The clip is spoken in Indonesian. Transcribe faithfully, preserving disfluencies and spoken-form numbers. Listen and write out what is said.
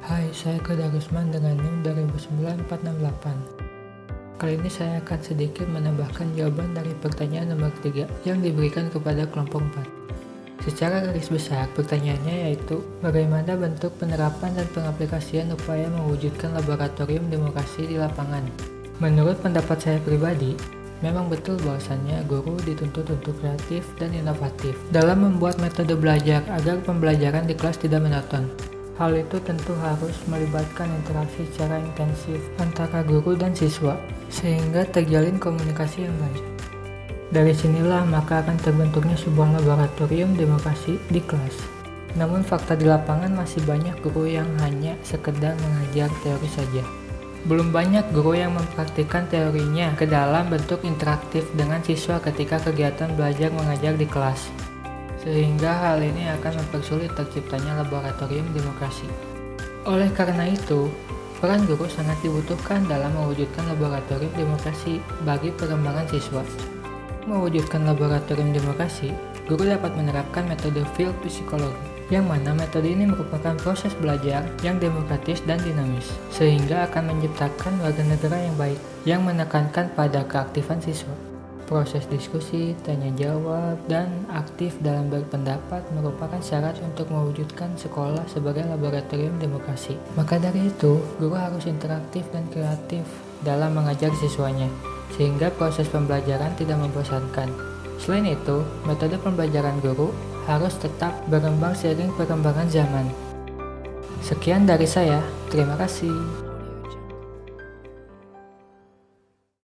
Hai, saya Kadarusman dengan NIM dua nol sembilan empat enam delapan. Kali ini saya akan sedikit menambahkan jawaban dari pertanyaan nomor tiga yang diberikan kepada kelompok empat. Secara garis besar, pertanyaannya yaitu, bagaimana bentuk penerapan dan pengaplikasian upaya mewujudkan laboratorium demokrasi di lapangan? Menurut pendapat saya pribadi, memang betul bahwasannya guru dituntut untuk kreatif dan inovatif dalam membuat metode belajar agar pembelajaran di kelas tidak monoton. Hal itu tentu harus melibatkan interaksi secara intensif antara guru dan siswa, sehingga terjalin komunikasi yang baik. Dari sinilah maka akan terbentuknya sebuah laboratorium demokrasi di kelas. Namun fakta di lapangan masih banyak guru yang hanya sekedar mengajar teori saja. Belum banyak guru yang mempraktikkan teorinya ke dalam bentuk interaktif dengan siswa ketika kegiatan belajar mengajar di kelas. Sehingga hal ini akan mempersulit terciptanya laboratorium demokrasi. Oleh karena itu, peran guru sangat dibutuhkan dalam mewujudkan laboratorium demokrasi bagi pengembangan siswa. Mewujudkan laboratorium demokrasi, guru dapat menerapkan metode field psikologi, yang mana metode ini merupakan proses belajar yang demokratis dan dinamis, sehingga akan menciptakan warga negara yang baik, yang menekankan pada keaktifan siswa. Proses diskusi, tanya jawab, dan aktif dalam berpendapat merupakan syarat untuk mewujudkan sekolah sebagai laboratorium demokrasi. Maka dari itu, guru harus interaktif dan kreatif dalam mengajar siswanya, sehingga proses pembelajaran tidak membosankan. Selain itu, metode pembelajaran guru harus tetap berkembang seiring perkembangan zaman. Sekian dari saya, terima kasih.